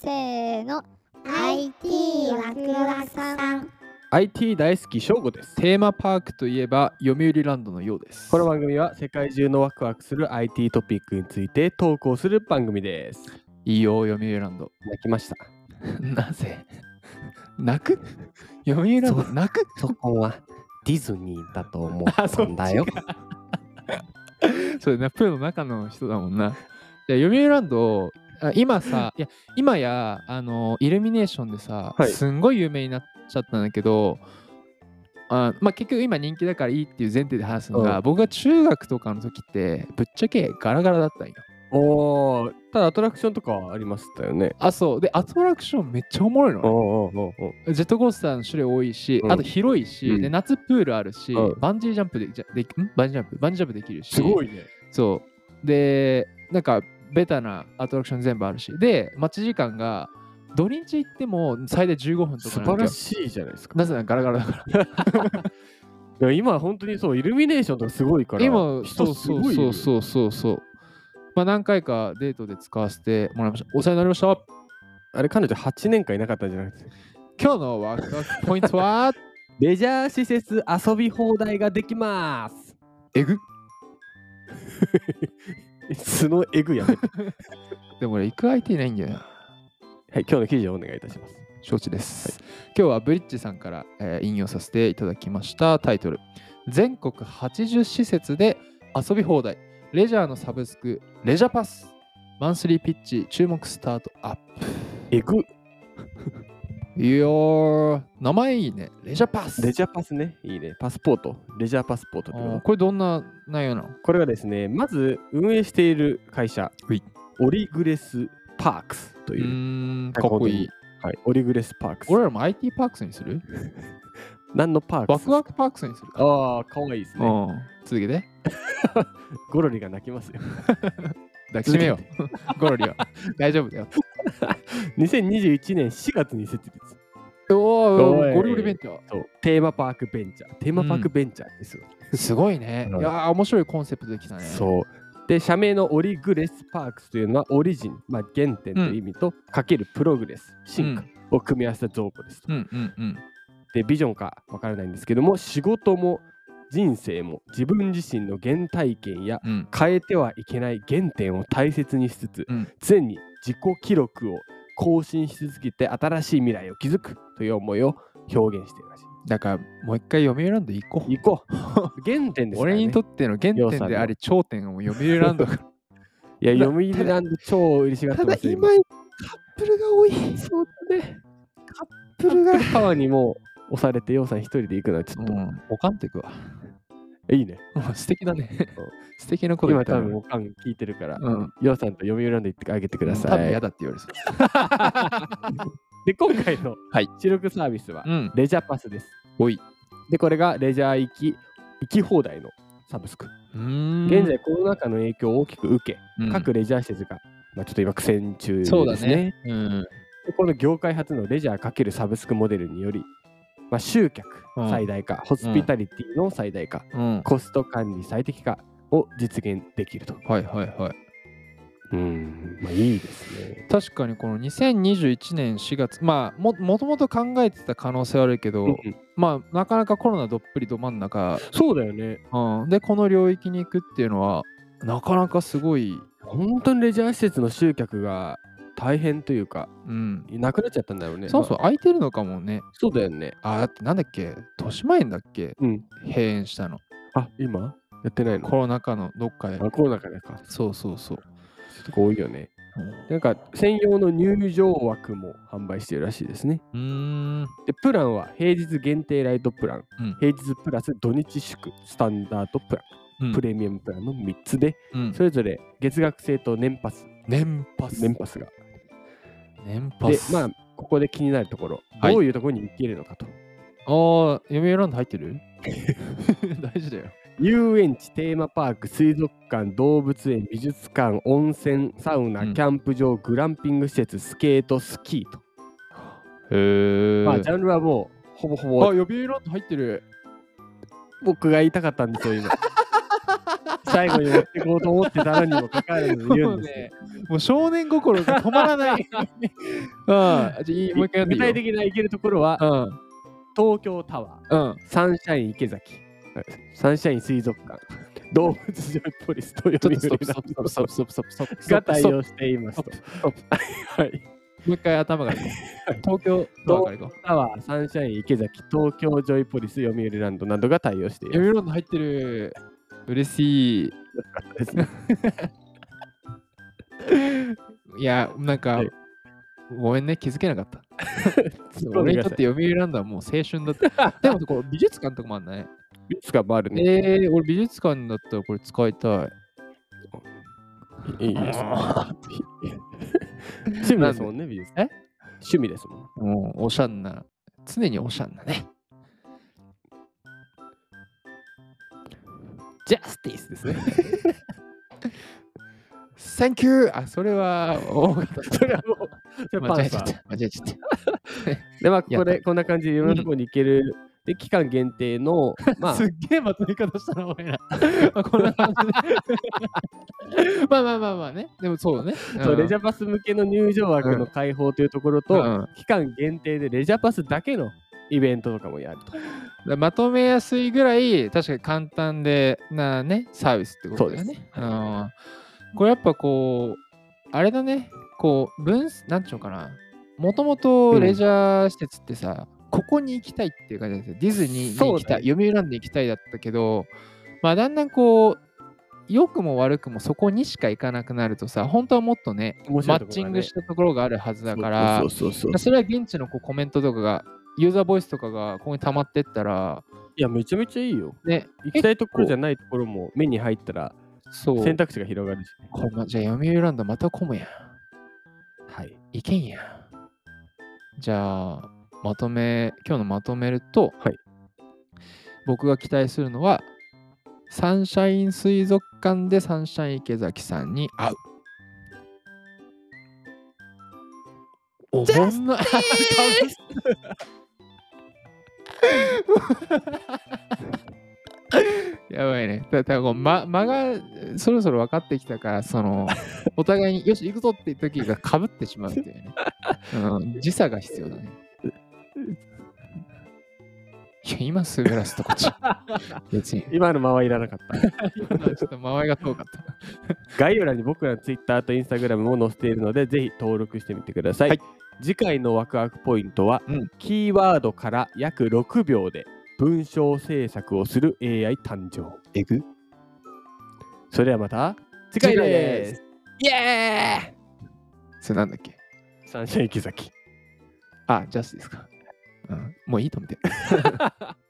せーの IT ワクワクさん。 IT 大好き翔吾です。 テーマパークといえば読売ランドのようです。 この番組は世界中のワクワクする IT トピックについて投稿する番組です。 いいよ、読売ランド。 泣きました。 なぜ泣く読売ランド泣くそこはディズニーだと思ったんだよ。 そうだね、プロの中の人だもんな。読売ランド、今さ、今やイルミネーションでさ、 はいすんごい有名になっちゃったんだけど、結局今人気だからいいっていう前提で話すのが、僕が中学とかの時ってぶっちゃけガラガラだったんよ。 おー、ただアトラクションとかはありましたよね。 そうで、アトラクションめっちゃおもろいのね。ジェットコースターの種類多いし、あと広いし、で夏プールあるし、バンジージャンプバンジージャンプできるし、 すごいね。 そうで、なんかベタなアトラクション全部あるし、で待ち時間が土日行っても最大15分とか素晴らしいじゃないですか。 なぜならガラガラだからいや今本当にそう、イルミネーションとかすごいから、 今人すごいいる。 そう何回かデートで使わせてもらいました。お世話になりました。 あれ、彼女8年間いなかったんじゃなくて、 今日のワクワクポイントはレジャー施設遊び放題ができます。 えぐ素のエグやめて。 でも俺行く相手いないんだよな。 はい、今日の記事をお願いいたします。 承知です、今日はブリッジさんから、引用させていただきました。タイトル、全国80施設で遊び放題、レジャーのサブスク、レジャパス、マンスリーピッチ、注目スタートアップ。 エグ。 いやー、名前いいね。レジャパス。 レジャーパスね。いいね。パスポート。レジャーパスポートってこと。 これどんな内容なの？ これはですね、まず運営している会社、オリグレスパークスという。 かっこいい。 はい、オリグレスパークス。 俺らも IT パークスにする？ 何のパークス？ ワクワクパークスにするか。 ああ、かわいいですね。 続けて。 ゴロリが泣きますよ。 抱きしめよう。ゴロリは。大丈夫だよ。 2021年4月に設立。 ゴリゴリベンチャー。 そう、テーマパークベンチャー。テーマパークベンチャーですよ。 すごいね。いやー、面白いコンセプトできたね。 そう。で、社名のオリグレスパークスというのはオリジン、原点という意味と、かけるプログレス、進化を組み合わせた造語ですと。で、ビジョンかわからないんですけども、仕事も人生も自分自身の原体験や変えてはいけない原点を大切にしつつ、常に自己記録を更新し続けて新しい未来を築くという思いを表現しているらしい。 だからもう一回読売ランド行こう。 行こう。原点ですからね。 俺にとっての原点であり頂点を読売ランド。 いや、読売ランド超嬉しがってますよ。 今カップルが多い。 そうだね。 カップルがパワーにも押されて、ヨウさん一人で行くのはちょっと。 おかんっていくわ。 いいね。 素敵だね。素敵なこと言今った多分おかん聞いてるから、ヨウさんと読売ランド行ってあげてください。 多分嫌だって言われそう。 で、今回の主力サービスはレジャーパスです。で、これがレジャー行き放題のサブスク。現在コロナ禍の影響を大きく受け、各レジャー施設が、ちょっと今苦戦中ですね。で、この業界初のレジャー×サブスクモデルにより、集客最大化、ホスピタリティの最大化、コスト管理最適化を実現できると。いいですね。 確かにこの2021年4月、もともと考えてた可能性はあるけど、なかなかコロナどっぷりど真ん中。 そうだよね。 で、この領域に行くっていうのは、なかなかすごい。 本当にレジャー施設の集客が大変というか、なくなっちゃったんだよね。 そうそう、空いてるのかもね。 そうだよね。 だってなんだっけ、豊島園だっけ、閉園したの。 今やってないの？ コロナ禍のどっかで。 コロナ禍でか。 そう。 とか多いよね。なんか専用の入場枠も販売しているらしいですね。で、プランは平日限定ライトプラン、平日プラス土日祝スタンダードプラン、プレミアムプランの3つで、それぞれ月額制と年パスが。で、ここで気になるところ、どういうところに行けるのかと。 読売ランド入ってる？大事だよ。 遊園地、テーマパーク、水族館、動物園、美術館、温泉、サウナ、キャンプ場、グランピング施設、スケート、スキーと。ジャンルはもうほぼ読売ランド入ってる。 僕が言いたかったんですよ、今。 最後に持ってこうと思ってたのにもかかわらず言うんですよ。 もう少年心が止まらない。じゃあもう一回やっていいよ。 具体的ないけるところは、東京タワー、サンシャイン池崎、サンシャイン水族館、動物ジョイポリスと読売ランドが対応していますと。はい。 もう一回頭からいこう。東京タワー、サンシャイン池崎、東京ジョイポリス、読売ランドなどが対応しています。 読売ランド入ってる。嬉しい。 ですね。 いや、なんか、ごめんね、気づけなかった。俺にとって読売ランドはもう青春だった。でも、こう美術館とかもあるね。 美術館もあるね。 俺美術館だったらこれ使いたい。 いいですね。趣味ですもんね、美術。趣味ですもん。 もうおしゃんな。常におしゃんなね。 ジャスティスですね。 Thank you! あ、それは、 それはもう、 間違えちゃった。 で、まあ、こんな感じでいろんなところに行ける。で、期間限定の、 まあ、すっげえまとめ方したな、俺ら。こんな感じで。まあね。でもそうだね。 レジャパス向けの入場枠の開放というところと、期間限定でレジャパスだけのイベントとかもやると。 まとめやすいぐらい、確かに簡単でなね、サービスってことだよね。これやっぱこう、あれだね、こう、なんていうのかな。もともとレジャー施設ってさ、ここに行きたいっていう感じですよ。ディズニーに行きたい、読売ランドに行きたいだったけど、まあだんだんこう、良くも悪くもそこにしか行かなくなるとさ、本当はもっとね、マッチングしたところがあるはずだから、それは現地のコメントとかが、ユーザーボイスとかがここに溜まってったら、 いや、めちゃめちゃいいよ。ね、行きたいところじゃないところも目に入ったら、選択肢が広がるし、 じゃあ、読売ランドまた混むやん。 はい。 行けんやん。じゃあ、今日のまとめると、僕が期待するのは、サンシャイン水族館でサンシャイン池崎さんに会う。 ジャスティやばいね。だから間がそろそろ分かってきたから、お互いによし行くぞっていう時がかぶってしまうっていうね。時差が必要だね。いや、今すぐラストこっち。別に。 今の間はいらなかった。 今のはちょっと間合いが遠かった。 概要欄に僕らの Twitter と Instagram も載せているので、ぜひ登録してみてください。次回のワクワクポイントは、キーワードから約6秒で文章制作をする AI 誕生。それではまた次回です。 イエーイ！それなんだっけ？ サンシャイン池崎。 あ、ジャスティスか。もういいと思って。